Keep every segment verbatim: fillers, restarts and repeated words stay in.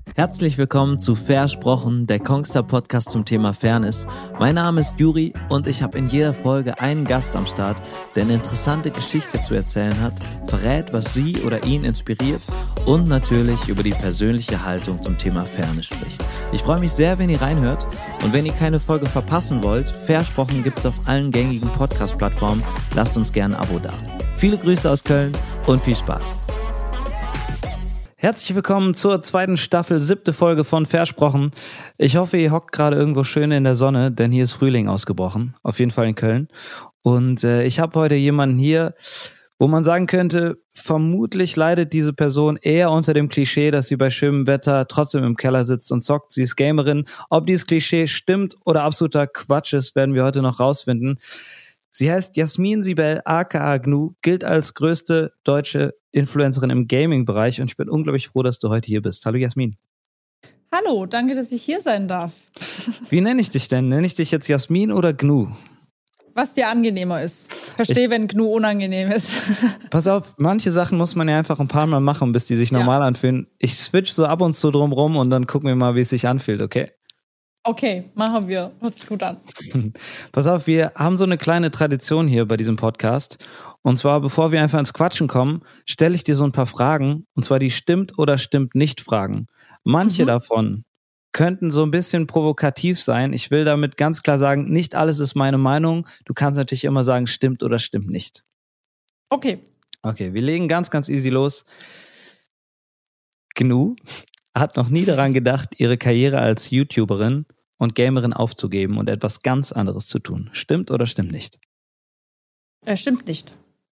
Herzlich willkommen zu Versprochen, der Kongstar Podcast zum Thema Fairness. Mein Name ist Juri und ich habe in jeder Folge einen Gast am Start, der eine interessante Geschichte zu erzählen hat, verrät, was sie oder ihn inspiriert und natürlich über die persönliche Haltung zum Thema Fairness spricht. Ich freue mich sehr, wenn ihr reinhört, und wenn ihr keine Folge verpassen wollt, Versprochen gibt's auf allen gängigen Podcast-Plattformen. Lasst uns gerne ein Abo da. Viele Grüße aus Köln und viel Spaß. Herzlich willkommen zur zweiten Staffel, siebte Folge von Versprochen. Ich hoffe, ihr hockt gerade irgendwo schön in der Sonne, denn hier ist Frühling ausgebrochen, auf jeden Fall in Köln. Und äh, ich habe heute jemanden hier, wo man sagen könnte, vermutlich leidet diese Person eher unter dem Klischee, dass sie bei schönem Wetter trotzdem im Keller sitzt und zockt. Sie ist Gamerin. Ob dieses Klischee stimmt oder absoluter Quatsch ist, werden wir heute noch rausfinden. Sie heißt Jasmin Sibel, aka Gnu, gilt als größte deutsche Influencerin im Gaming-Bereich, und ich bin unglaublich froh, dass du heute hier bist. Hallo Jasmin. Hallo, danke, dass ich hier sein darf. Wie nenne ich dich denn? Nenne ich dich jetzt Jasmin oder Gnu? Was dir angenehmer ist. Verstehe, ich, wenn Gnu unangenehm ist. Pass auf, manche Sachen muss man ja einfach ein paar Mal machen, bis die sich normal ja. anfühlen. Ich switch so ab und zu drum rum und dann gucken wir mal, wie es sich anfühlt, okay? Okay, machen wir. Hört sich gut an. Pass auf, wir haben so eine kleine Tradition hier bei diesem Podcast. Und zwar, bevor wir einfach ins Quatschen kommen, stelle ich dir so ein paar Fragen. Und zwar die Stimmt- oder Stimmt-nicht-Fragen. Manche mhm. davon könnten so ein bisschen provokativ sein. Ich will damit ganz klar sagen, nicht alles ist meine Meinung. Du kannst natürlich immer sagen, stimmt oder stimmt nicht. Okay. Okay, wir legen ganz, ganz easy los. Gnu hat noch nie daran gedacht, ihre Karriere als YouTuberin und Gamerin aufzugeben und etwas ganz anderes zu tun. Stimmt oder stimmt nicht? Äh, stimmt nicht.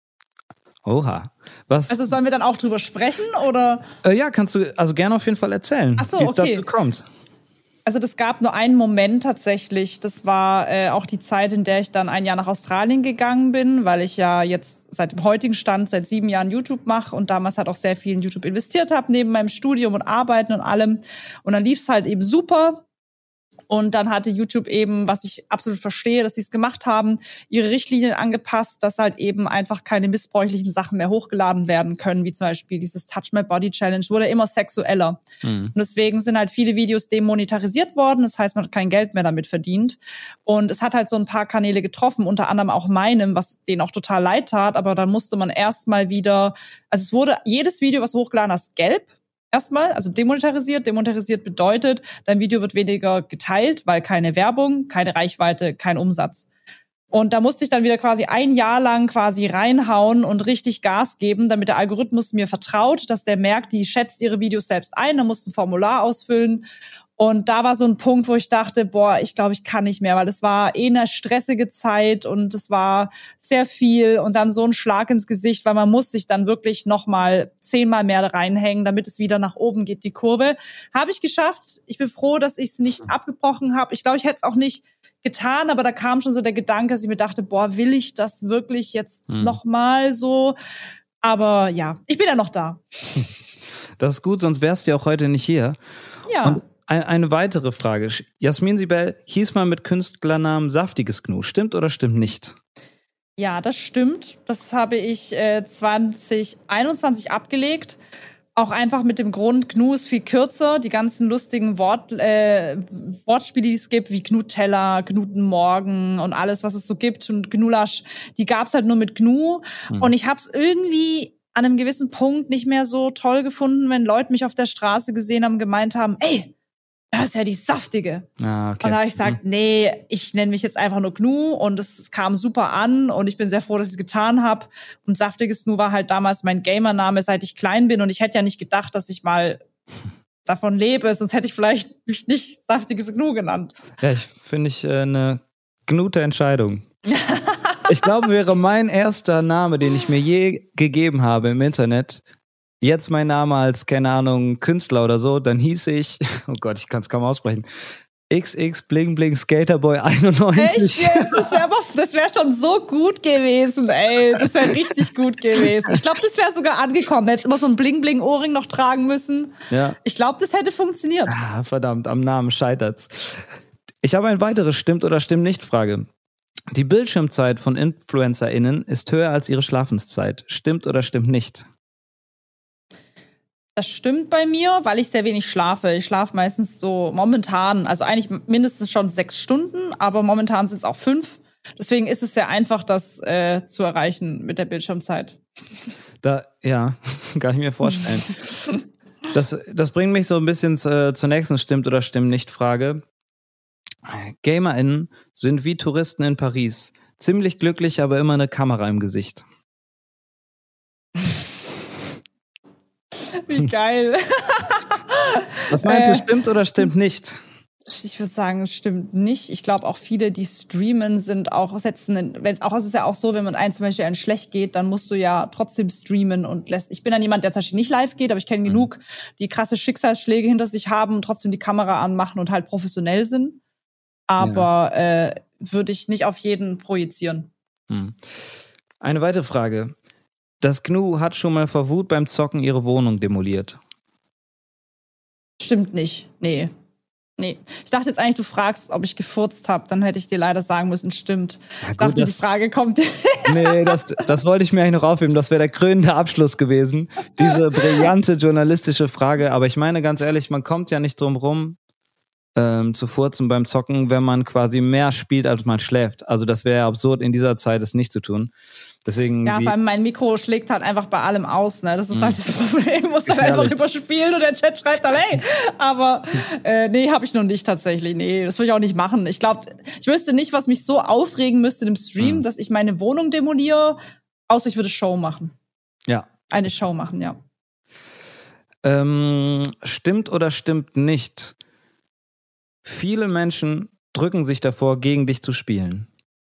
Oha. Was? Also sollen wir dann auch drüber sprechen, oder? Äh, ja, kannst du also gerne auf jeden Fall erzählen, Ach so, wie es okay. dazu kommt. Also das gab nur einen Moment tatsächlich, das war äh, auch die Zeit, in der ich dann ein Jahr nach Australien gegangen bin, weil ich ja jetzt seit dem heutigen Stand seit sieben Jahren YouTube mache und damals halt auch sehr viel in YouTube investiert habe, neben meinem Studium und Arbeiten und allem. Und dann lief es halt eben super. Und dann hatte YouTube eben, was ich absolut verstehe, dass sie es gemacht haben, ihre Richtlinien angepasst, dass halt eben einfach keine missbräuchlichen Sachen mehr hochgeladen werden können, wie zum Beispiel dieses Touch My Body Challenge, wurde immer sexueller. Mhm. Und deswegen sind halt viele Videos demonetarisiert worden, das heißt, man hat kein Geld mehr damit verdient. Und es hat halt so ein paar Kanäle getroffen, unter anderem auch meinem, was denen auch total leid tat, aber dann musste man erstmal wieder, also es wurde jedes Video, was hochgeladen hast, gelb. Erstmal, also demonetarisiert. Demonetarisiert bedeutet, dein Video wird weniger geteilt, weil keine Werbung, keine Reichweite, kein Umsatz. Und da musste ich dann wieder quasi ein Jahr lang quasi reinhauen und richtig Gas geben, damit der Algorithmus mir vertraut, dass der merkt, die schätzt ihre Videos selbst ein, da musste ein Formular ausfüllen. Und da war so ein Punkt, wo ich dachte, boah, ich glaube, ich kann nicht mehr, weil es war eh eine stressige Zeit und es war sehr viel und dann so ein Schlag ins Gesicht, weil man muss sich dann wirklich nochmal zehnmal mehr reinhängen, damit es wieder nach oben geht, die Kurve. Habe ich geschafft. Ich bin froh, dass ich es nicht abgebrochen habe. Ich glaube, ich hätte es auch nicht getan, aber da kam schon so der Gedanke, dass ich mir dachte, boah, will ich das wirklich jetzt hm. nochmal so? Aber ja, ich bin ja noch da. Das ist gut, sonst wärst du ja auch heute nicht hier. Ja. Und eine weitere Frage. Jasmin Sibel hieß mal mit Künstlernamen Saftiges Gnu. Stimmt oder stimmt nicht? Ja, das stimmt. Das habe ich äh, zwanzig einundzwanzig abgelegt. Auch einfach mit dem Grund, Gnu ist viel kürzer. Die ganzen lustigen Wort, äh, Wortspiele, die es gibt, wie Gnutella, Gnutenmorgen und alles, was es so gibt, und Gnulasch, die gab's halt nur mit Gnu. Hm. Und ich habe es irgendwie an einem gewissen Punkt nicht mehr so toll gefunden, wenn Leute mich auf der Straße gesehen haben und gemeint haben, ey, das ist ja die Saftige. Ah, okay. Und da habe ich gesagt, mhm. nee, ich nenne mich jetzt einfach nur Gnu, und es kam super an und ich bin sehr froh, dass ich es getan habe. Und Saftiges Gnu war halt damals mein Gamername, seit ich klein bin, und ich hätte ja nicht gedacht, dass ich mal davon lebe, sonst hätte ich vielleicht mich nicht Saftiges Gnu genannt. Ja, ich finde ich äh, eine gute Entscheidung. Ich glaube, wäre mein erster Name, den ich mir je gegeben habe im Internet, jetzt mein Name als, keine Ahnung, Künstler oder so, dann hieß ich, oh Gott, ich kann es kaum aussprechen, X X Bling Bling Skaterboy einundneunzig. Echt jetzt? Das wäre wär schon so gut gewesen, ey. Das wäre richtig gut gewesen. Ich glaube, das wäre sogar angekommen. Hätte immer so ein Bling Bling Ohrring noch tragen müssen. Ja. Ich glaube, das hätte funktioniert. Ah, verdammt, am Namen scheitert's. Ich habe eine weitere Stimmt- oder Stimmt-nicht-Frage. Die Bildschirmzeit von InfluencerInnen ist höher als ihre Schlafenszeit. Stimmt oder stimmt nicht? Das stimmt bei mir, weil ich sehr wenig schlafe. Ich schlafe meistens so momentan, also eigentlich mindestens schon sechs Stunden, aber momentan sind es auch fünf. Deswegen ist es sehr einfach, das äh, zu erreichen mit der Bildschirmzeit. Da, ja, kann ich mir vorstellen. Das, das bringt mich so ein bisschen zu, zur nächsten Stimmt oder Stimmt nicht Frage. GamerInnen sind wie Touristen in Paris. Ziemlich glücklich, aber immer eine Kamera im Gesicht. Wie geil. Was meinst du, äh, stimmt oder stimmt nicht? Ich würde sagen, es stimmt nicht. Ich glaube auch viele, die streamen, sind auch setzen, wenn auch es ist ja auch so, wenn man einem zum Beispiel einen schlecht geht, dann musst du ja trotzdem streamen und lässt. Ich bin dann jemand, der zum Beispiel nicht live geht, aber ich kenne mhm. genug, die krasse Schicksalsschläge hinter sich haben und trotzdem die Kamera anmachen und halt professionell sind. Aber ja. äh, würde ich nicht auf jeden projizieren. Hm. Eine weitere Frage. Das Gnu hat schon mal vor Wut beim Zocken ihre Wohnung demoliert. Stimmt nicht. Nee. Nee. Ich dachte jetzt eigentlich, du fragst, ob ich gefurzt habe. Dann hätte ich dir leider sagen müssen, stimmt. Ja, gut, ich dachte, das, die Frage kommt. Nee, das, das wollte ich mir eigentlich noch aufheben. Das wäre der krönende Abschluss gewesen. Diese brillante journalistische Frage. Aber ich meine ganz ehrlich, man kommt ja nicht drum rum, ähm, zu furzen beim Zocken, wenn man quasi mehr spielt, als man schläft. Also das wäre absurd, in dieser Zeit es nicht zu tun. Deswegen ja, vor allem mein Mikro schlägt halt einfach bei allem aus, ne? Das ist mh. halt das Problem. Ich muss dann einfach überspielen und der Chat schreibt dann, hey. Aber äh, nee, habe ich noch nicht tatsächlich. Nee, das würde ich auch nicht machen. Ich glaube, ich wüsste nicht, was mich so aufregen müsste im Stream, mhm. dass ich meine Wohnung demoliere, außer ich würde Show machen. Ja. Eine Show machen, ja. Ähm, stimmt oder stimmt nicht? Viele Menschen drücken sich davor, gegen dich zu spielen.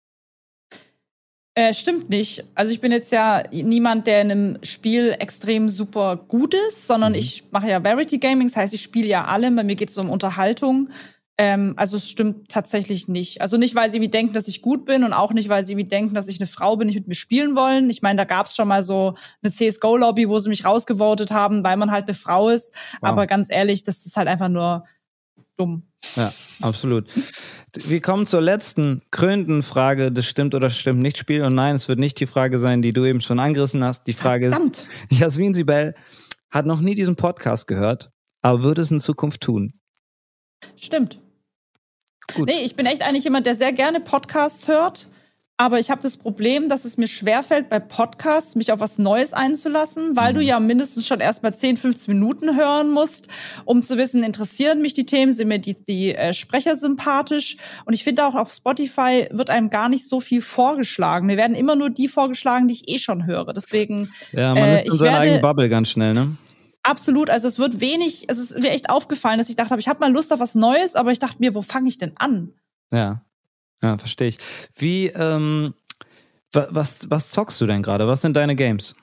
Äh, stimmt nicht. Also ich bin jetzt ja niemand, der in einem Spiel extrem super gut ist, sondern mhm. ich mache ja Verity Gaming, das heißt, ich spiele ja alle, bei mir geht es um Unterhaltung. Ähm, also es stimmt tatsächlich nicht. Also nicht, weil sie irgendwie denken, dass ich gut bin und auch nicht, weil sie irgendwie denken, dass ich eine Frau bin, nicht mit mir spielen wollen. Ich meine, da gab es schon mal so eine C S G O-Lobby, wo sie mich rausgevotet haben, weil man halt eine Frau ist. Wow. Aber ganz ehrlich, das ist halt einfach nur dumm. Ja, absolut. Wir kommen zur letzten krönenden Frage des Stimmt oder Stimmt nicht Spiel. Und nein, es wird nicht die Frage sein, die du eben schon angerissen hast. Die Frage Verdammt. ist, Jasmin Sibel hat noch nie diesen Podcast gehört, aber würde es in Zukunft tun. Stimmt. Gut. Nee, ich bin echt eigentlich jemand, der sehr gerne Podcasts hört. Aber ich habe das Problem, dass es mir schwerfällt, bei Podcasts mich auf was Neues einzulassen, weil mhm. du ja mindestens schon erst mal zehn, fünfzehn Minuten hören musst, um zu wissen, interessieren mich die Themen, sind mir die, die äh, Sprecher sympathisch. Und ich finde auch, auf Spotify wird einem gar nicht so viel vorgeschlagen. Mir werden immer nur die vorgeschlagen, die ich eh schon höre. Deswegen ja, man ist in äh, seiner eigenen Bubble ganz schnell, ne? Absolut, also es wird wenig, also es ist mir echt aufgefallen, dass ich dachte, ich habe mal Lust auf was Neues, aber ich dachte mir, wo fange ich denn an? Ja. Ja, verstehe ich. Wie, ähm, was, was zockst du denn gerade? Was sind deine Games?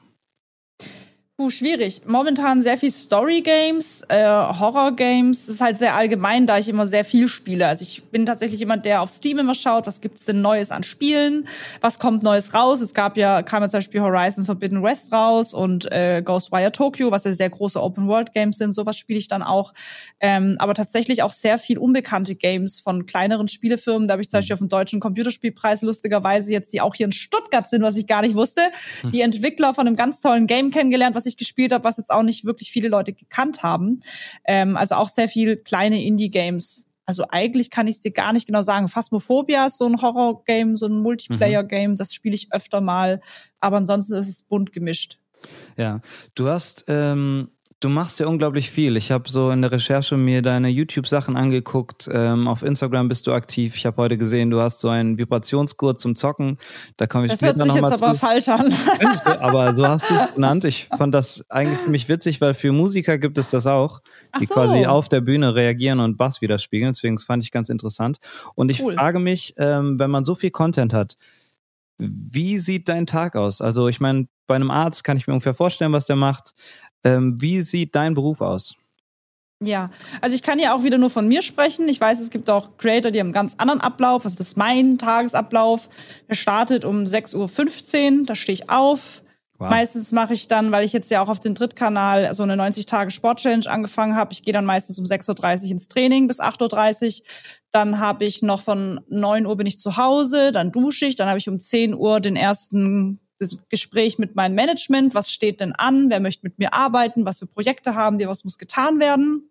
Uh, schwierig. Momentan sehr viel Story-Games, äh, Horror-Games. Das ist halt sehr allgemein, da ich immer sehr viel spiele. Also ich bin tatsächlich jemand, der auf Steam immer schaut, was gibt's denn Neues an Spielen? Was kommt Neues raus? Es gab ja, kam ja zum Beispiel Horizon Forbidden West raus und äh, Ghostwire Tokyo, was ja sehr große Open-World-Games sind. Sowas spiele ich dann auch. Ähm, aber tatsächlich auch sehr viel unbekannte Games von kleineren Spielefirmen. Da habe ich zum Beispiel auf dem Deutschen Computerspielpreis lustigerweise jetzt, die auch hier in Stuttgart sind, was ich gar nicht wusste, hm. die Entwickler von einem ganz tollen Game kennengelernt, was ich gespielt habe, was jetzt auch nicht wirklich viele Leute gekannt haben. Ähm, also auch sehr viel kleine Indie-Games. Also eigentlich kann ich es dir gar nicht genau sagen. Phasmophobia ist so ein Horror-Game, so ein Multiplayer-Game, das spiele ich öfter mal. Aber ansonsten ist es bunt gemischt. Ja, du hast, ähm, du machst ja unglaublich viel. Ich habe so in der Recherche mir deine YouTube-Sachen angeguckt. Ähm, auf Instagram bist du aktiv. Ich habe heute gesehen, du hast so einen Vibrationsgurt zum Zocken. Da komme ich das später nochmal zu. Das hört sich jetzt aber falsch an. Aber so hast du es genannt. Ich fand das eigentlich ziemlich witzig, weil für Musiker gibt es das auch, die so. quasi auf der Bühne reagieren und Bass widerspiegeln. Deswegen das fand ich ganz interessant. Und ich cool. frage mich, ähm, wenn man so viel Content hat, wie sieht dein Tag aus? Also ich meine, bei einem Arzt kann ich mir ungefähr vorstellen, was der macht. Ähm, wie sieht dein Beruf aus? Ja, also ich kann ja auch wieder nur von mir sprechen. Ich weiß, es gibt auch Creator, die haben einen ganz anderen Ablauf. Also das ist mein Tagesablauf. Der startet um sechs Uhr fünfzehn, da stehe ich auf. Wow. Meistens mache ich dann, weil ich jetzt ja auch auf dem Drittkanal so eine neunzig-Tage-Sport-Challenge angefangen habe, ich gehe dann meistens um sechs Uhr dreißig ins Training bis acht Uhr dreißig. Dann habe ich noch von neun Uhr bin ich zu Hause, dann dusche ich, dann habe ich um zehn Uhr den ersten das Gespräch mit meinem Management, was steht denn an, wer möchte mit mir arbeiten, was für Projekte haben wir, was muss getan werden.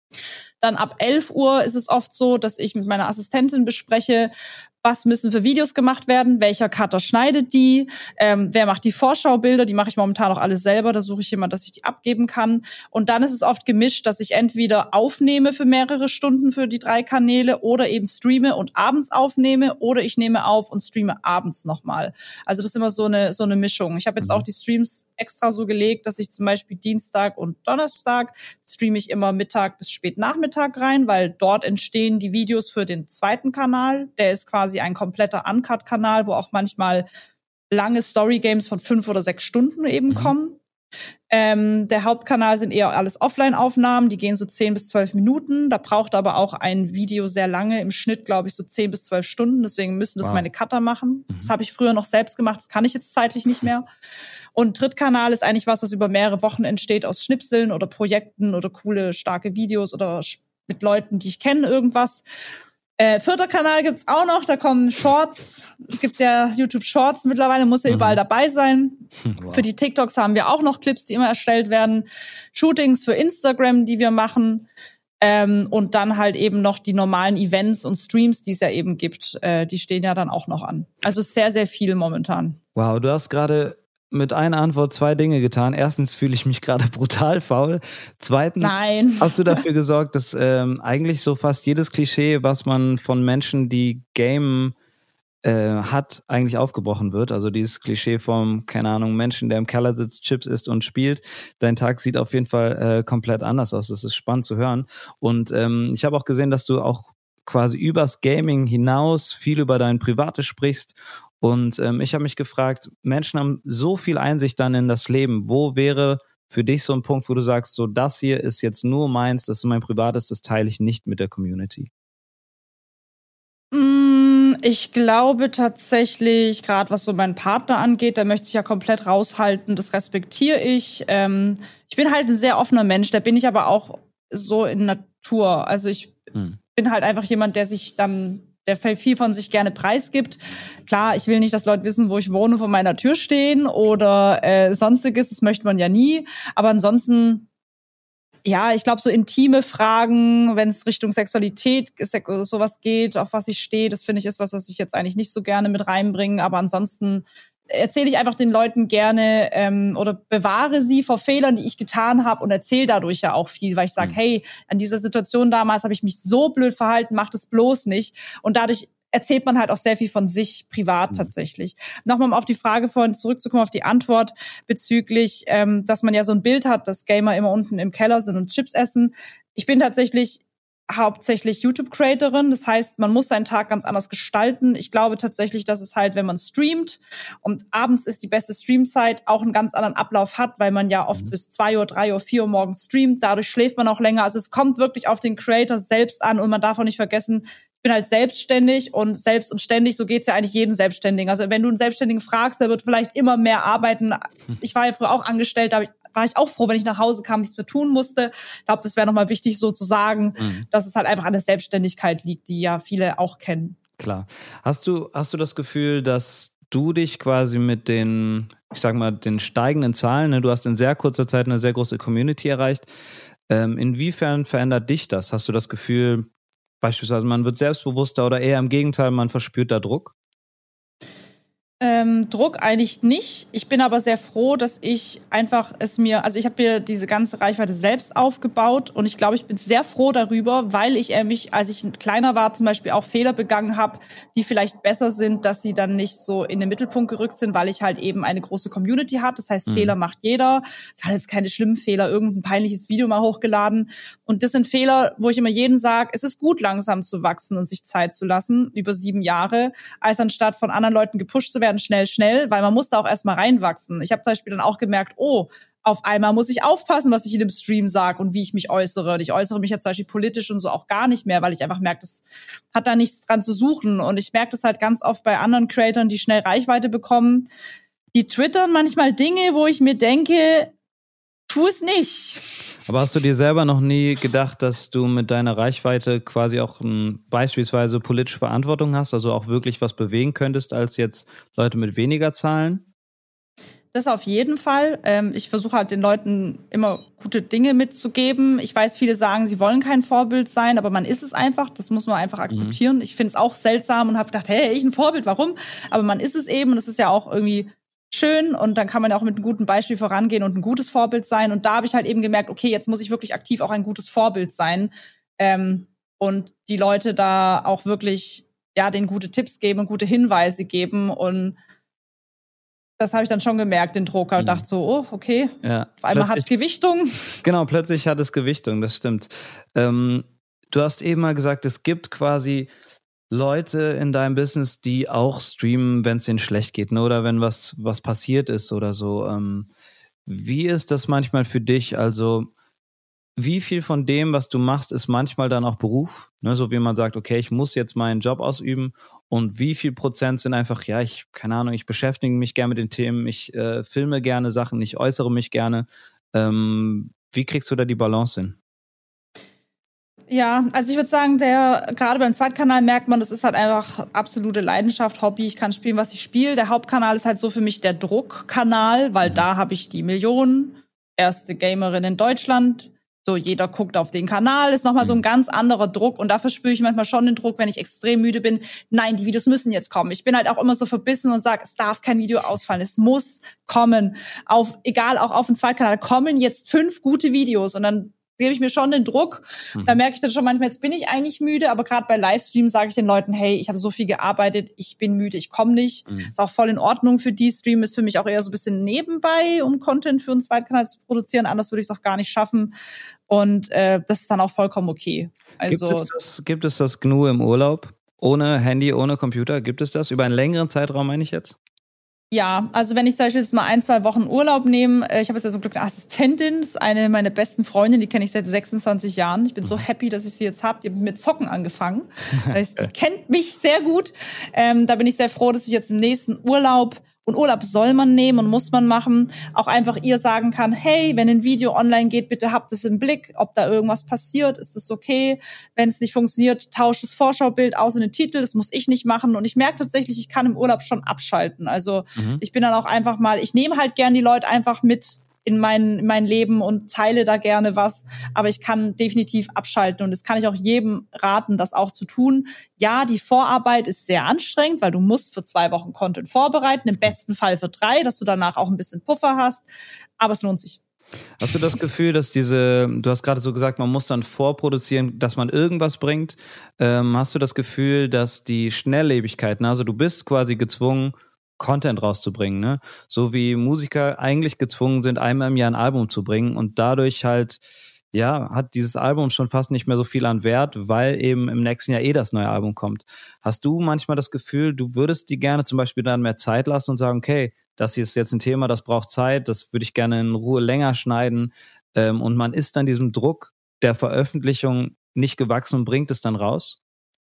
Dann ab elf Uhr ist es oft so, dass ich mit meiner Assistentin bespreche, was müssen für Videos gemacht werden, welcher Cutter schneidet die, ähm, wer macht die Vorschaubilder, die mache ich momentan auch alles selber, da suche ich jemanden, dass ich die abgeben kann. Und dann ist es oft gemischt, dass ich entweder aufnehme für mehrere Stunden für die drei Kanäle oder eben streame und abends aufnehme oder ich nehme auf und streame abends nochmal. Also das ist immer so eine so eine Mischung. Ich habe jetzt auch die Streams extra so gelegt, dass ich zum Beispiel Dienstag und Donnerstag streame ich immer Mittag bis spät Nachmittag rein, weil dort entstehen die Videos für den zweiten Kanal. Der ist quasi ein kompletter Uncut-Kanal, wo auch manchmal lange Story-Games von fünf oder sechs Stunden eben mhm. kommen. Ähm, der Hauptkanal sind eher alles Offline-Aufnahmen, die gehen so zehn bis zwölf Minuten. Da braucht aber auch ein Video sehr lange, im Schnitt glaube ich so zehn bis zwölf Stunden. Deswegen müssen das wow. meine Cutter machen. Mhm. Das habe ich früher noch selbst gemacht, das kann ich jetzt zeitlich nicht mehr. Und Drittkanal ist eigentlich was, was über mehrere Wochen entsteht aus Schnipseln oder Projekten oder coole, starke Videos oder mit Leuten, die ich kenne, irgendwas. Äh, vierter Kanal gibt's auch noch, da kommen Shorts. Es gibt ja YouTube Shorts mittlerweile, muss ja mhm. überall dabei sein. Wow. Für die TikToks haben wir auch noch Clips, die immer erstellt werden. Shootings für Instagram, die wir machen. Ähm, und dann halt eben noch die normalen Events und Streams, die es ja eben gibt. Äh, die stehen ja dann auch noch an. Also sehr, sehr viel momentan. Wow, du hast gerade mit einer Antwort zwei Dinge getan. Erstens fühle ich mich gerade brutal faul. Zweitens Nein. hast du dafür gesorgt, dass ähm, eigentlich so fast jedes Klischee, was man von Menschen, die gamen, äh, hat, eigentlich aufgebrochen wird. Also dieses Klischee vom, keine Ahnung, Menschen, der im Keller sitzt, Chips isst und spielt. Dein Tag sieht auf jeden Fall äh, komplett anders aus. Das ist spannend zu hören. Und ähm, ich habe auch gesehen, dass du auch quasi übers Gaming hinaus viel über dein Privates sprichst. Und ähm, ich habe mich gefragt, Menschen haben so viel Einsicht dann in das Leben. Wo wäre für dich so ein Punkt, wo du sagst, so das hier ist jetzt nur meins, das ist mein Privates, das teile ich nicht mit der Community? Ich glaube tatsächlich, gerade was so meinen Partner angeht, da möchte ich ja komplett raushalten, das respektiere ich. Ähm, ich bin halt ein sehr offener Mensch, da bin ich aber auch so in Natur. Also ich hm. bin halt einfach jemand, der sich dann der viel von sich gerne preisgibt. Klar, ich will nicht, dass Leute wissen, wo ich wohne, vor meiner Tür stehen oder äh, sonstiges. Das möchte man ja nie. Aber ansonsten, ja, ich glaube, so intime Fragen, wenn es Richtung Sexualität oder sowas geht, auf was ich stehe, das finde ich ist was, was ich jetzt eigentlich nicht so gerne mit reinbringe. Aber ansonsten erzähle ich einfach den Leuten gerne ähm, oder bewahre sie vor Fehlern, die ich getan habe und erzähle dadurch ja auch viel, weil ich sage, mhm. hey, an dieser Situation damals habe ich mich so blöd verhalten, mach das bloß nicht. Und dadurch erzählt man halt auch sehr viel von sich privat mhm. tatsächlich. Nochmal um auf die Frage vorhin zurückzukommen, auf die Antwort bezüglich, ähm, dass man ja so ein Bild hat, dass Gamer immer unten im Keller sind und Chips essen. Ich bin tatsächlich hauptsächlich YouTube-Creatorin. Das heißt, man muss seinen Tag ganz anders gestalten. Ich glaube tatsächlich, dass es halt, wenn man streamt und abends ist die beste Streamzeit, auch einen ganz anderen Ablauf hat, weil man ja oft mhm. bis zwei Uhr, drei Uhr, vier Uhr morgens streamt. Dadurch schläft man auch länger. Also es kommt wirklich auf den Creator selbst an und man darf auch nicht vergessen, ich bin halt selbstständig und selbst und ständig, so geht's ja eigentlich jedem Selbstständigen. Also wenn du einen Selbstständigen fragst, der wird vielleicht immer mehr arbeiten. Ich war ja früher auch angestellt, da hab ich war ich auch froh, wenn ich nach Hause kam, nichts mehr tun musste. Ich glaube, das wäre nochmal wichtig so zu sagen, mhm. dass es halt einfach an der Selbstständigkeit liegt, die ja viele auch kennen. Klar. Hast du, hast du das Gefühl, dass du dich quasi mit den, ich sag mal, den steigenden Zahlen, ne, du hast in sehr kurzer Zeit eine sehr große Community erreicht, ähm, inwiefern verändert dich das? Hast du das Gefühl, beispielsweise man wird selbstbewusster oder eher im Gegenteil, man verspürt da Druck? Ähm, Druck eigentlich nicht. Ich bin aber sehr froh, dass ich einfach es mir, also ich habe mir diese ganze Reichweite selbst aufgebaut und ich glaube, ich bin sehr froh darüber, weil ich äh, mich, als ich kleiner war, zum Beispiel auch Fehler begangen habe, die vielleicht besser sind, dass sie dann nicht so in den Mittelpunkt gerückt sind, weil ich halt eben eine große Community habe. Das heißt, mhm. Fehler macht jeder. Es waren jetzt keine schlimmen Fehler, irgendein peinliches Video mal hochgeladen. Und das sind Fehler, wo ich immer jedem sage, es ist gut, langsam zu wachsen und sich Zeit zu lassen, über sieben Jahre, als anstatt von anderen Leuten gepusht zu werden, schnell, schnell, weil man muss da auch erstmal reinwachsen. Ich habe zum Beispiel dann auch gemerkt, oh, auf einmal muss ich aufpassen, was ich in dem Stream sage und wie ich mich äußere. Und ich äußere mich jetzt zum Beispiel politisch und so auch gar nicht mehr, weil ich einfach merke, das hat da nichts dran zu suchen. Und ich merke das halt ganz oft bei anderen Creatoren, die schnell Reichweite bekommen. Die twittern manchmal Dinge, wo ich mir denke, tu es nicht. Aber hast du dir selber noch nie gedacht, dass du mit deiner Reichweite quasi auch m, beispielsweise politische Verantwortung hast, also auch wirklich was bewegen könntest als jetzt Leute mit weniger Zahlen? Das auf jeden Fall. Ähm, ich versuche halt den Leuten immer gute Dinge mitzugeben. Ich weiß, viele sagen, sie wollen kein Vorbild sein, aber man ist es einfach. Das muss man einfach akzeptieren. Mhm. Ich finde es auch seltsam und habe gedacht, hey, ich ein Vorbild, warum? Aber man ist es eben und es ist ja auch irgendwie schön und dann kann man ja auch mit einem guten Beispiel vorangehen und ein gutes Vorbild sein. Und da habe ich halt eben gemerkt, okay, jetzt muss ich wirklich aktiv auch ein gutes Vorbild sein ähm, und die Leute da auch wirklich ja denen gute Tipps geben und gute Hinweise geben und das habe ich dann schon gemerkt, den Druck. Und mhm. dachte so, oh, okay, ja, auf einmal hat es Gewichtung. Genau, plötzlich hat es Gewichtung, das stimmt. Ähm, du hast eben mal gesagt, es gibt quasi Leute in deinem Business, die auch streamen, wenn es denen schlecht geht, ne? Oder wenn was, was passiert ist oder so. Ähm, wie ist das manchmal für dich? Also wie viel von dem, was du machst, ist manchmal dann auch Beruf? Ne? So wie man sagt, okay, ich muss jetzt meinen Job ausüben. Und wie viel Prozent sind einfach, ja, ich, keine Ahnung, ich beschäftige mich gerne mit den Themen, ich äh, filme gerne Sachen, ich äußere mich gerne. Ähm, wie kriegst du da die Balance hin? Ja, also ich würde sagen, der gerade beim Zweitkanal merkt man, das ist halt einfach absolute Leidenschaft, Hobby. Ich kann spielen, was ich spiele. Der Hauptkanal ist halt so für mich der Druckkanal, weil mhm. da habe ich die Millionen, erste Gamerin in Deutschland. So, jeder guckt auf den Kanal, ist nochmal so ein ganz anderer Druck. Und dafür spüre ich manchmal schon den Druck, wenn ich extrem müde bin. Nein, die Videos müssen jetzt kommen. Ich bin halt auch immer so verbissen und sage, es darf kein Video ausfallen. Es muss kommen. Auf, egal, auch auf dem Zweitkanal kommen jetzt fünf gute Videos. Und dann gebe ich mir schon den Druck. Mhm. Da merke ich dann schon manchmal, jetzt bin ich eigentlich müde. Aber gerade bei Livestreams sage ich den Leuten, hey, ich habe so viel gearbeitet, ich bin müde, ich komme nicht. Mhm. Ist auch voll in Ordnung für die. Stream ist für mich auch eher so ein bisschen nebenbei, um Content für einen Zweitkanal zu produzieren. Anders würde ich es auch gar nicht schaffen. Und äh, das ist dann auch vollkommen okay. Also, gibt es das, gibt es das G N U im Urlaub? Ohne Handy, ohne Computer? Gibt es das? Über einen längeren Zeitraum, meine ich jetzt? Ja, also wenn ich zum Beispiel jetzt mal ein, zwei Wochen Urlaub nehme, ich habe jetzt ja so Glück, eine Assistentin, eine meiner besten Freundinnen, die kenne ich seit sechsundzwanzig Jahren. Ich bin so happy, dass ich sie jetzt habe. Die hat mit Zocken angefangen. Das heißt, die kennt mich sehr gut. Ähm, da bin ich sehr froh, dass ich jetzt im nächsten Urlaub, und Urlaub soll man nehmen und muss man machen, auch einfach ihr sagen kann, hey, wenn ein Video online geht, bitte habt es im Blick, ob da irgendwas passiert, ist es okay. Wenn es nicht funktioniert, tauscht das Vorschaubild aus in den Titel, das muss ich nicht machen. Und ich merke tatsächlich, ich kann im Urlaub schon abschalten. Also mhm. ich bin dann auch einfach mal, ich nehme halt gern die Leute einfach mit in mein, in mein Leben und teile da gerne was. Aber ich kann definitiv abschalten und das kann ich auch jedem raten, das auch zu tun. Ja, die Vorarbeit ist sehr anstrengend, weil du musst für zwei Wochen Content vorbereiten, im besten Fall für drei, dass du danach auch ein bisschen Puffer hast. Aber es lohnt sich. Hast du das Gefühl, dass diese, du hast gerade so gesagt, man muss dann vorproduzieren, dass man irgendwas bringt. Ähm, hast du das Gefühl, dass die Schnelllebigkeit, also du bist quasi gezwungen, Content rauszubringen, ne? So wie Musiker eigentlich gezwungen sind, einmal im Jahr ein Album zu bringen und dadurch halt, ja, hat dieses Album schon fast nicht mehr so viel an Wert, weil eben im nächsten Jahr eh das neue Album kommt. Hast du manchmal das Gefühl, du würdest die gerne zum Beispiel dann mehr Zeit lassen und sagen, okay, das hier ist jetzt ein Thema, das braucht Zeit, das würde ich gerne in Ruhe länger schneiden, ähm, und man ist dann diesem Druck der Veröffentlichung nicht gewachsen und bringt es dann raus?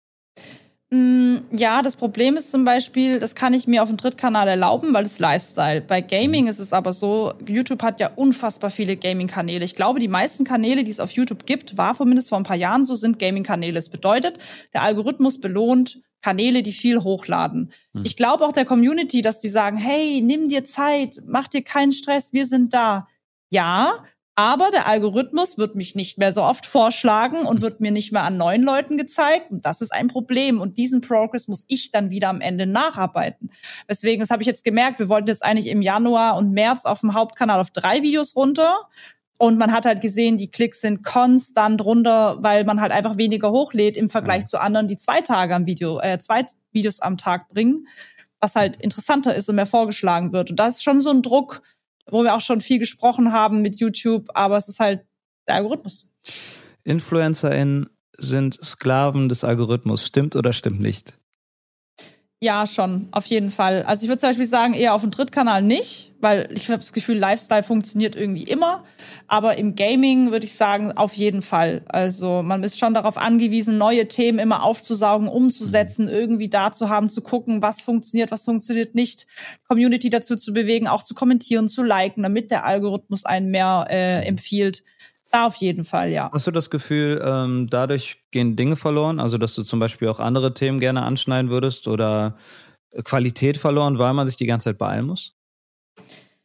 Ja, das Problem ist zum Beispiel, das kann ich mir auf dem Drittkanal erlauben, weil das Lifestyle. Bei Gaming ist es aber so, YouTube hat ja unfassbar viele Gaming-Kanäle. Ich glaube, die meisten Kanäle, die es auf YouTube gibt, war zumindest vor ein paar Jahren so, sind Gaming-Kanäle. Das bedeutet, der Algorithmus belohnt Kanäle, die viel hochladen. Hm. Ich glaube auch der Community, dass die sagen, hey, nimm dir Zeit, mach dir keinen Stress, wir sind da. Ja, aber der Algorithmus wird mich nicht mehr so oft vorschlagen und wird mir nicht mehr an neuen Leuten gezeigt. Und das ist ein Problem. Und diesen Progress muss ich dann wieder am Ende nacharbeiten. Deswegen, das habe ich jetzt gemerkt, wir wollten jetzt eigentlich im Januar und März auf dem Hauptkanal auf drei Videos runter. Und man hat halt gesehen, die Klicks sind konstant runter, weil man halt einfach weniger hochlädt im Vergleich ja. zu anderen, die zwei Tage am Video, äh, zwei Videos am Tag bringen. Was halt interessanter ist und mehr vorgeschlagen wird. Und das ist schon so ein Druck, wo wir auch schon viel gesprochen haben mit YouTube, aber es ist halt der Algorithmus. InfluencerInnen sind Sklaven des Algorithmus. Stimmt oder stimmt nicht? Ja, schon, auf jeden Fall. Also ich würde zum Beispiel sagen, eher auf dem Drittkanal nicht, weil ich habe das Gefühl, Lifestyle funktioniert irgendwie immer. Aber im Gaming würde ich sagen, auf jeden Fall. Also man ist schon darauf angewiesen, neue Themen immer aufzusaugen, umzusetzen, irgendwie da zu haben, zu gucken, was funktioniert, was funktioniert nicht. Community dazu zu bewegen, auch zu kommentieren, zu liken, damit der Algorithmus einen mehr äh, empfiehlt. Da auf jeden Fall, ja. Hast du das Gefühl, ähm, dadurch gehen Dinge verloren? Also, dass du zum Beispiel auch andere Themen gerne anschneiden würdest oder Qualität verloren, weil man sich die ganze Zeit beeilen muss?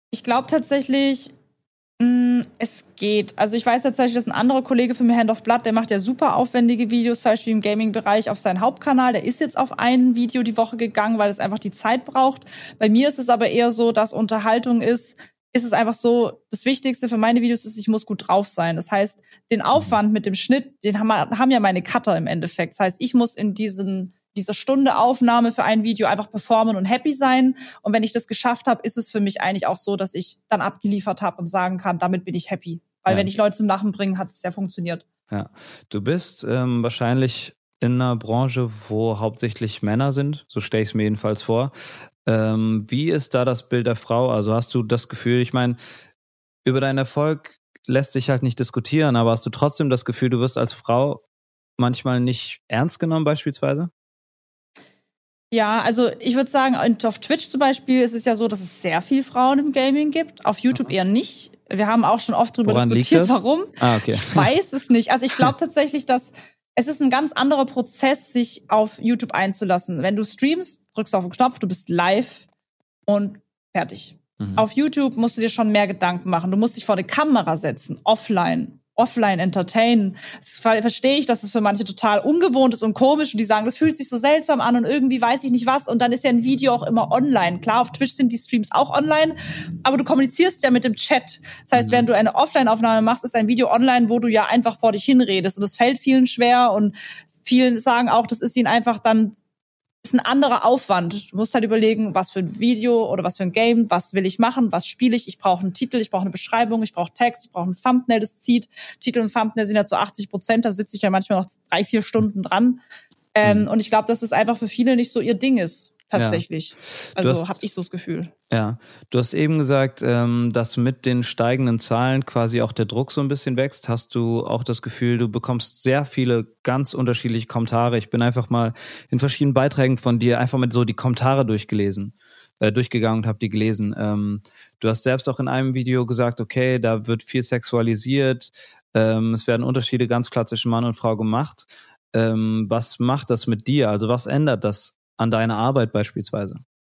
Ich glaube tatsächlich, mh, es geht. Also ich weiß tatsächlich, dass ein anderer Kollege von mir, Hand of Blood, der macht ja super aufwendige Videos, zum Beispiel im Gaming-Bereich auf seinen Hauptkanal. Der ist jetzt auf ein Video die Woche gegangen, weil es einfach die Zeit braucht. Bei mir ist es aber eher so, dass Unterhaltung ist, ist es einfach so, das Wichtigste für meine Videos ist, ich muss gut drauf sein. Das heißt, den Aufwand mit dem Schnitt, den haben, haben ja meine Cutter im Endeffekt. Das heißt, ich muss in diesen, dieser Stunde Aufnahme für ein Video einfach performen und happy sein. Und wenn ich das geschafft habe, ist es für mich eigentlich auch so, dass ich dann abgeliefert habe und sagen kann, damit bin ich happy. Weil ja. wenn ich Leute zum Lachen bringe, hat es ja funktioniert. Ja, du bist ähm, wahrscheinlich in einer Branche, wo hauptsächlich Männer sind. So stelle ich es mir jedenfalls vor. Ähm, wie ist da das Bild der Frau? Also hast du das Gefühl, ich meine, über deinen Erfolg lässt sich halt nicht diskutieren, aber hast du trotzdem das Gefühl, du wirst als Frau manchmal nicht ernst genommen beispielsweise? Ja, also ich würde sagen, auf Twitch zum Beispiel ist es ja so, dass es sehr viele Frauen im Gaming gibt. Auf YouTube eher nicht. Wir haben auch schon oft darüber Woran diskutiert, liegt das? warum. Ah, okay. Ich weiß es nicht. Also ich glaube tatsächlich, dass es ist ein ganz anderer Prozess, sich auf YouTube einzulassen. Wenn du streamst, drückst du auf den Knopf, du bist live und fertig. Mhm. Auf YouTube musst du dir schon mehr Gedanken machen. Du musst dich vor eine Kamera setzen, offline. Offline entertainen. Das verstehe ich, dass das für manche total ungewohnt ist und komisch und die sagen, das fühlt sich so seltsam an und irgendwie weiß ich nicht was und dann ist ja ein Video auch immer online. Klar, auf Twitch sind die Streams auch online, aber du kommunizierst ja mit dem Chat. Das heißt, mhm. wenn du eine Offline-Aufnahme machst, ist ein Video online, wo du ja einfach vor dich hinredest und das fällt vielen schwer und vielen sagen auch, das ist ihnen einfach dann ist ein anderer Aufwand. Du musst halt überlegen, was für ein Video oder was für ein Game, was will ich machen, was spiele ich. Ich brauche einen Titel, ich brauche eine Beschreibung, ich brauche Text, ich brauche ein Thumbnail, das zieht. Titel und Thumbnail sind ja zu achtzig Prozent, da sitze ich ja manchmal noch drei, vier Stunden dran. Ähm, mhm. Und ich glaube, dass es einfach für viele nicht so ihr Ding ist. Tatsächlich. Ja. Also habe ich so das Gefühl. Ja, du hast eben gesagt, ähm, dass mit den steigenden Zahlen quasi auch der Druck so ein bisschen wächst. Hast du auch das Gefühl, du bekommst sehr viele ganz unterschiedliche Kommentare. Ich bin einfach mal in verschiedenen Beiträgen von dir einfach mit so die Kommentare durchgelesen, äh, durchgegangen und habe die gelesen. Ähm, du hast selbst auch in einem Video gesagt, okay, da wird viel sexualisiert. Ähm, es werden Unterschiede ganz klar zwischen Mann und Frau gemacht. Ähm, was macht das mit dir? Also was ändert das an deiner Arbeit beispielsweise?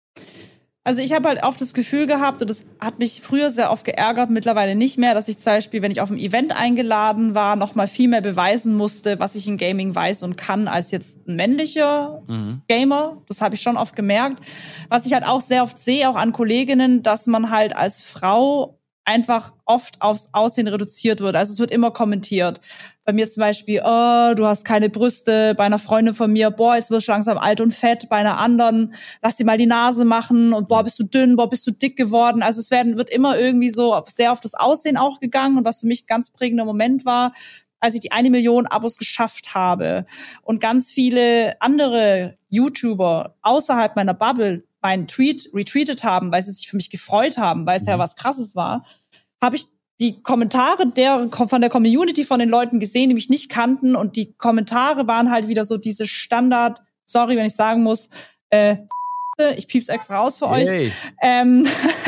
Also ich habe halt oft das Gefühl gehabt, und das hat mich früher sehr oft geärgert, mittlerweile nicht mehr, dass ich zum Beispiel, wenn ich auf ein Event eingeladen war, noch mal viel mehr beweisen musste, was ich in Gaming weiß und kann, als jetzt ein männlicher mhm. Gamer. Das habe ich schon oft gemerkt. Was ich halt auch sehr oft sehe, auch an Kolleginnen, dass man halt als Frau einfach oft aufs Aussehen reduziert wird. Also es wird immer kommentiert. Bei mir zum Beispiel, oh, du hast keine Brüste. Bei einer Freundin von mir, boah, jetzt wirst du langsam alt und fett. Bei einer anderen, lass dir mal die Nase machen und boah, bist du dünn, boah, bist du dick geworden. Also es werden, wird immer irgendwie so sehr auf das Aussehen auch gegangen. Und was für mich ein ganz prägender Moment war, als ich die eine Million Abos geschafft habe und ganz viele andere YouTuber außerhalb meiner Bubble meinen Tweet retweetet haben, weil sie sich für mich gefreut haben, weil es ja was Krasses war, habe ich die Kommentare der, von der Community, von den Leuten gesehen, die mich nicht kannten. Und die Kommentare waren halt wieder so diese Standard, sorry, wenn ich sagen muss, äh, ich piep's extra raus für hey. euch, ähm,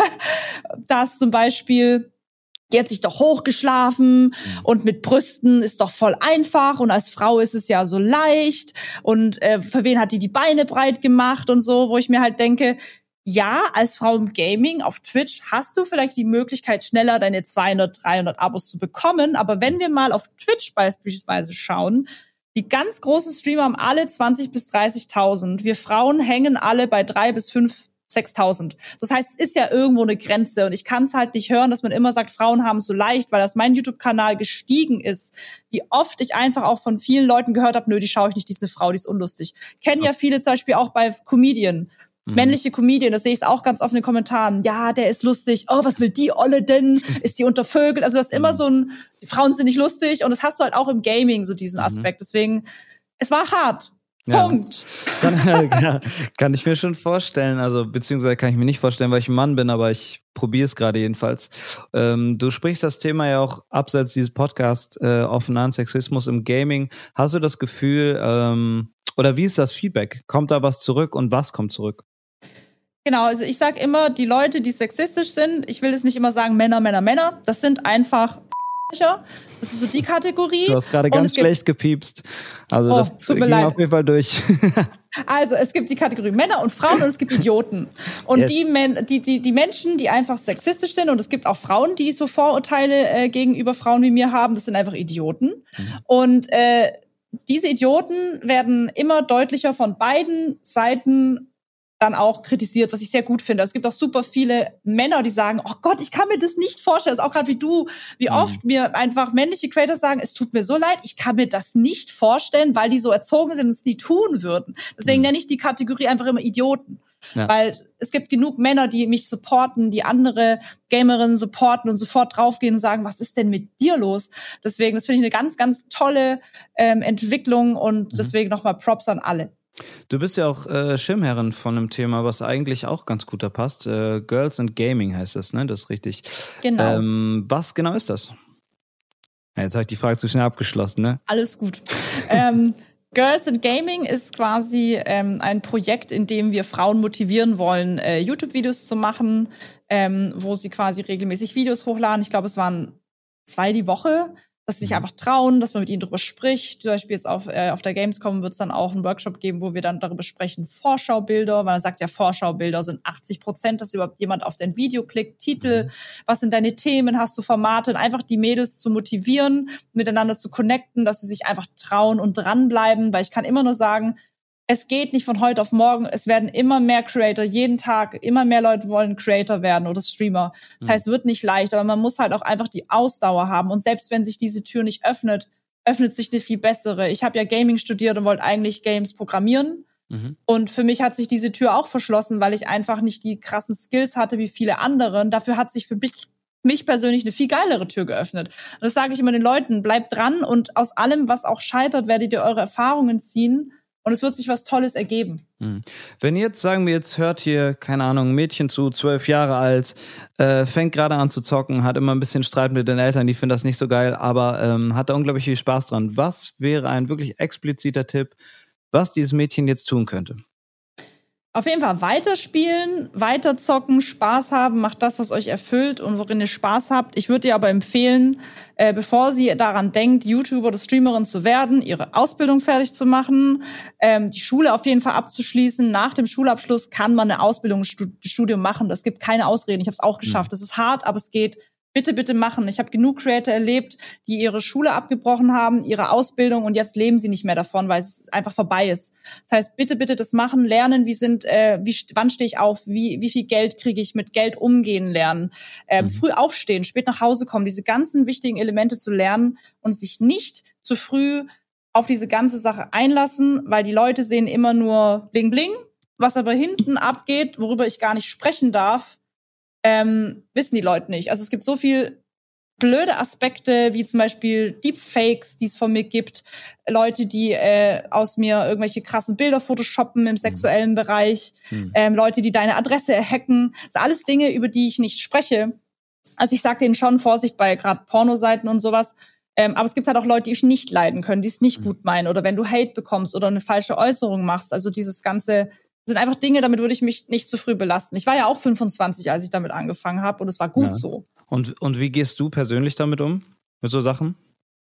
dass zum Beispiel, die hat sich doch hochgeschlafen und mit Brüsten ist doch voll einfach und als Frau ist es ja so leicht und äh, für wen hat die die Beine breit gemacht und so, wo ich mir halt denke, ja, als Frau im Gaming auf Twitch hast du vielleicht die Möglichkeit, schneller deine zweihundert, dreihundert Abos zu bekommen, aber wenn wir mal auf Twitch beispielsweise schauen, die ganz großen Streamer haben alle zwanzig bis dreißigtausend, wir Frauen hängen alle bei drei bis fünf sechstausend. Das heißt, es ist ja irgendwo eine Grenze und ich kann es halt nicht hören, dass man immer sagt, Frauen haben es so leicht, weil das mein YouTube-Kanal gestiegen ist. Wie oft ich einfach auch von vielen Leuten gehört habe, nö, die schaue ich nicht, die ist eine Frau, die ist unlustig. Kennen ja viele zum Beispiel auch bei Comedian. Mhm. Männliche Comedian, das sehe ich auch ganz oft in den Kommentaren. Ja, der ist lustig. Oh, was will die Olle denn? Ist die untervögelt? Also das ist immer so ein, die Frauen sind nicht lustig und das hast du halt auch im Gaming, so diesen Aspekt. Deswegen, es war hart. Ja. Punkt. Kann, kann, kann ich mir schon vorstellen, also beziehungsweise kann ich mir nicht vorstellen, weil ich ein Mann bin, aber ich probiere es gerade jedenfalls. Ähm, du sprichst das Thema ja auch abseits dieses Podcasts äh, offen an, Sexismus im Gaming. Hast du das Gefühl, ähm, oder wie ist das Feedback? Kommt da was zurück und was kommt zurück? Genau, also ich sag immer, die Leute, die sexistisch sind, ich will jetzt nicht immer sagen Männer, Männer, Männer, das sind einfach das ist so die Kategorie. Du hast gerade ganz schlecht gepiepst. Also oh, das ging auf jeden Fall durch. Also, es gibt die Kategorie Männer und Frauen und es gibt Idioten. Und yes. die, Men- die, die, die Menschen, die einfach sexistisch sind, und es gibt auch Frauen, die so Vorurteile äh, gegenüber Frauen wie mir haben, das sind einfach Idioten. Mhm. Und äh, diese Idioten werden immer deutlicher von beiden Seiten dann auch kritisiert, was ich sehr gut finde. Es gibt auch super viele Männer, die sagen, oh Gott, ich kann mir das nicht vorstellen. Das ist auch gerade wie du, wie mhm. oft mir einfach männliche Creators sagen, es tut mir so leid, ich kann mir das nicht vorstellen, weil die so erzogen sind und es nie tun würden. Deswegen mhm. nenne ich die Kategorie einfach immer Idioten. Ja. Weil es gibt genug Männer, die mich supporten, die andere Gamerinnen supporten und sofort draufgehen und sagen, was ist denn mit dir los? Deswegen, das finde ich eine ganz, ganz tolle ähm, Entwicklung und mhm. deswegen nochmal Props an alle. Du bist ja auch äh, Schirmherrin von einem Thema, was eigentlich auch ganz gut da passt. Äh, Girls and Gaming heißt das, ne? Das ist richtig. Genau. Ähm, was genau ist das? Ja, jetzt habe ich die Frage zu schnell abgeschlossen, ne? Alles gut. ähm, Girls and Gaming ist quasi ähm, ein Projekt, in dem wir Frauen motivieren wollen, äh, YouTube-Videos zu machen, ähm, wo sie quasi regelmäßig Videos hochladen. Ich glaube, es waren zwei die Woche. Dass sie sich einfach trauen, dass man mit ihnen darüber spricht. Zum Beispiel jetzt auf, äh, auf der Gamescom wird es dann auch einen Workshop geben, wo wir dann darüber sprechen, Vorschaubilder, weil man sagt ja, Vorschaubilder sind achtzig Prozent, dass überhaupt jemand auf dein Video klickt, Titel, mhm. was sind deine Themen, hast du Formate, und einfach die Mädels zu motivieren, miteinander zu connecten, dass sie sich einfach trauen und dranbleiben, weil ich kann immer nur sagen, es geht nicht von heute auf morgen. Es werden immer mehr Creator, jeden Tag, immer mehr Leute wollen Creator werden oder Streamer. Das heißt, es wird nicht leicht, aber man muss halt auch einfach die Ausdauer haben. Und selbst wenn sich diese Tür nicht öffnet, öffnet sich eine viel bessere. Ich habe ja Gaming studiert und wollte eigentlich Games programmieren. Mhm. Und für mich hat sich diese Tür auch verschlossen, weil ich einfach nicht die krassen Skills hatte wie viele anderen. Dafür hat sich für mich mich persönlich eine viel geilere Tür geöffnet. Und das sage ich immer den Leuten, bleibt dran und aus allem, was auch scheitert, werdet ihr eure Erfahrungen ziehen. Und es wird sich was Tolles ergeben. Wenn jetzt, sagen wir jetzt, hört hier, keine Ahnung, ein Mädchen zu, zwölf Jahre alt, äh, fängt gerade an zu zocken, hat immer ein bisschen Streit mit den Eltern, die finden das nicht so geil, aber ähm, hat da unglaublich viel Spaß dran. Was wäre ein wirklich expliziter Tipp, was dieses Mädchen jetzt tun könnte? Auf jeden Fall weiterspielen, weiterzocken, Spaß haben, macht das, was euch erfüllt und worin ihr Spaß habt. Ich würde ihr aber empfehlen, äh, bevor sie daran denkt, YouTuber oder Streamerin zu werden, ihre Ausbildung fertig zu machen, ähm, die Schule auf jeden Fall abzuschließen. Nach dem Schulabschluss kann man eine Ausbildung, ein Studium machen. Es gibt keine Ausreden. Ich habe es auch geschafft. Es ist hart, aber es geht. Bitte, bitte machen. Ich habe genug Creator erlebt, die ihre Schule abgebrochen haben, ihre Ausbildung, und jetzt leben sie nicht mehr davon, weil es einfach vorbei ist. Das heißt, bitte, bitte das machen, lernen, wie sind, äh, wie, wann stehe ich auf, wie, wie viel Geld kriege ich, mit Geld umgehen lernen, ähm, mhm. früh aufstehen, spät nach Hause kommen, diese ganzen wichtigen Elemente zu lernen und sich nicht zu früh auf diese ganze Sache einlassen, weil die Leute sehen immer nur bling bling, was aber hinten abgeht, worüber ich gar nicht sprechen darf. Ähm, wissen die Leute nicht. Also es gibt so viel blöde Aspekte, wie zum Beispiel Deepfakes, die es von mir gibt. Leute, die äh, aus mir irgendwelche krassen Bilder photoshoppen im sexuellen mhm. Bereich. Mhm. Ähm, Leute, die deine Adresse hacken. Das sind alles Dinge, über die ich nicht spreche. Also ich sage denen schon, Vorsicht bei gerade Pornoseiten und sowas. Ähm, aber es gibt halt auch Leute, die ich nicht leiden können, die es nicht mhm. gut meinen. Oder wenn du Hate bekommst oder eine falsche Äußerung machst. Also dieses ganze sind einfach Dinge, damit würde ich mich nicht zu früh belasten. Ich war ja auch fünfundzwanzig, als ich damit angefangen habe, und es war gut ja. so. Und, und wie gehst du persönlich damit um, mit so Sachen?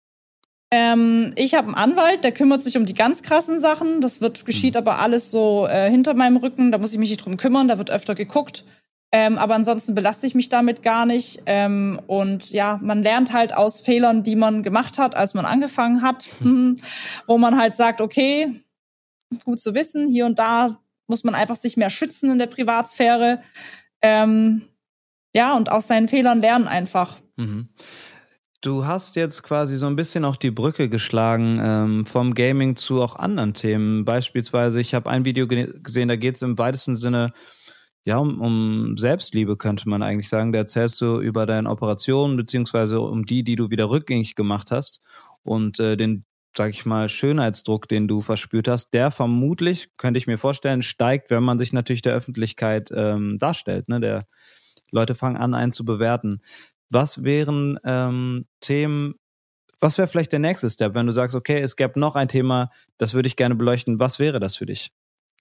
Ähm, ich habe einen Anwalt, der kümmert sich um die ganz krassen Sachen. Das wird geschieht mhm. aber alles so äh, hinter meinem Rücken. Da muss ich mich nicht drum kümmern, da wird öfter geguckt. Ähm, aber ansonsten belaste ich mich damit gar nicht. Ähm, und ja, man lernt halt aus Fehlern, die man gemacht hat, als man angefangen hat. Mhm. Wo man halt sagt, okay, gut zu wissen, hier und da muss man einfach sich mehr schützen in der Privatsphäre. Ähm, ja, und aus seinen Fehlern lernen einfach. Mhm. Du hast jetzt quasi so ein bisschen auch die Brücke geschlagen ähm, vom Gaming zu auch anderen Themen. Beispielsweise, ich habe ein Video ge- gesehen, da geht es im weitesten Sinne ja um, um Selbstliebe, könnte man eigentlich sagen. Da erzählst du über deine Operationen, beziehungsweise um die, die du wieder rückgängig gemacht hast. Und äh, den sag ich mal, Schönheitsdruck, den du verspürt hast, der vermutlich, könnte ich mir vorstellen, steigt, wenn man sich natürlich der Öffentlichkeit ähm, darstellt. Ne? Der Leute fangen an, einen zu bewerten. Was wären ähm, Themen, was wäre vielleicht der nächste Step, wenn du sagst, okay, es gäbe noch ein Thema, das würde ich gerne beleuchten. Was wäre das für dich?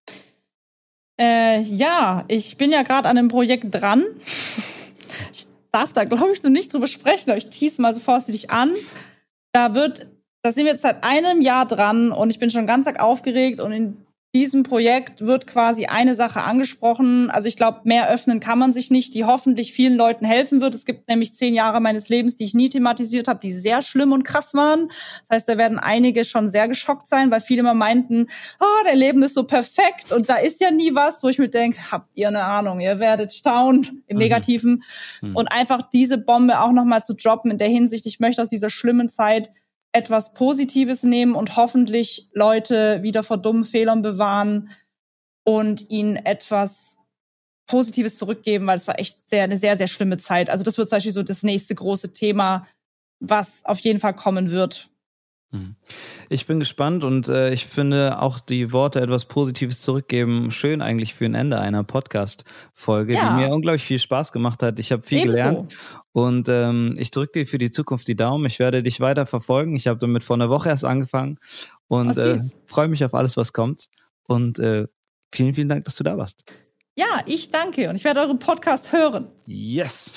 Äh, ja, ich bin ja gerade an einem Projekt dran. Ich darf da, glaube ich, noch nicht drüber sprechen, aber ich tease mal so vorsichtig an. Da wird Da sind wir jetzt seit einem Jahr dran und ich bin schon ganz arg aufgeregt, und in diesem Projekt wird quasi eine Sache angesprochen. Also ich glaube, mehr öffnen kann man sich nicht, die hoffentlich vielen Leuten helfen wird. Es gibt nämlich zehn Jahre meines Lebens, die ich nie thematisiert habe, die sehr schlimm und krass waren. Das heißt, da werden einige schon sehr geschockt sein, weil viele immer meinten, oh, dein Leben ist so perfekt und da ist ja nie was, wo ich mir denke, habt ihr eine Ahnung, ihr werdet staunen im Negativen. Mhm. Und einfach diese Bombe auch nochmal zu droppen in der Hinsicht, ich möchte aus dieser schlimmen Zeit etwas Positives nehmen und hoffentlich Leute wieder vor dummen Fehlern bewahren und ihnen etwas Positives zurückgeben, weil es war echt sehr, eine sehr, sehr schlimme Zeit. Also das wird zum Beispiel so das nächste große Thema, was auf jeden Fall kommen wird. Ich bin gespannt und äh, ich finde auch die Worte etwas Positives zurückgeben schön eigentlich für ein Ende einer Podcast-Folge, ja. die mir unglaublich viel Spaß gemacht hat. Ich habe viel Ebenso. gelernt und ähm, ich drücke dir für die Zukunft die Daumen. Ich werde dich weiter verfolgen. Ich habe damit vor einer Woche erst angefangen und äh, freue mich auf alles, was kommt. Und äh, vielen, vielen Dank, dass du da warst. Ja, ich danke und ich werde euren Podcast hören. Yes!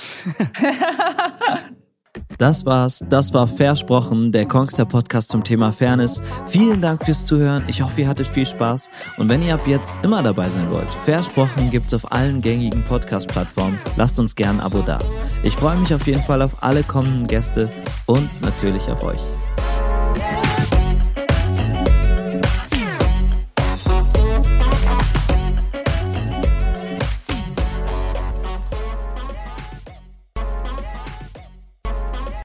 Das war's, das war Versprochen, der Kongster Podcast zum Thema Fairness. Vielen Dank fürs Zuhören, ich hoffe, ihr hattet viel Spaß. Und wenn ihr ab jetzt immer dabei sein wollt, Versprochen gibt's auf allen gängigen Podcast-Plattformen. Lasst uns gern ein Abo da. Ich freue mich auf jeden Fall auf alle kommenden Gäste und natürlich auf euch.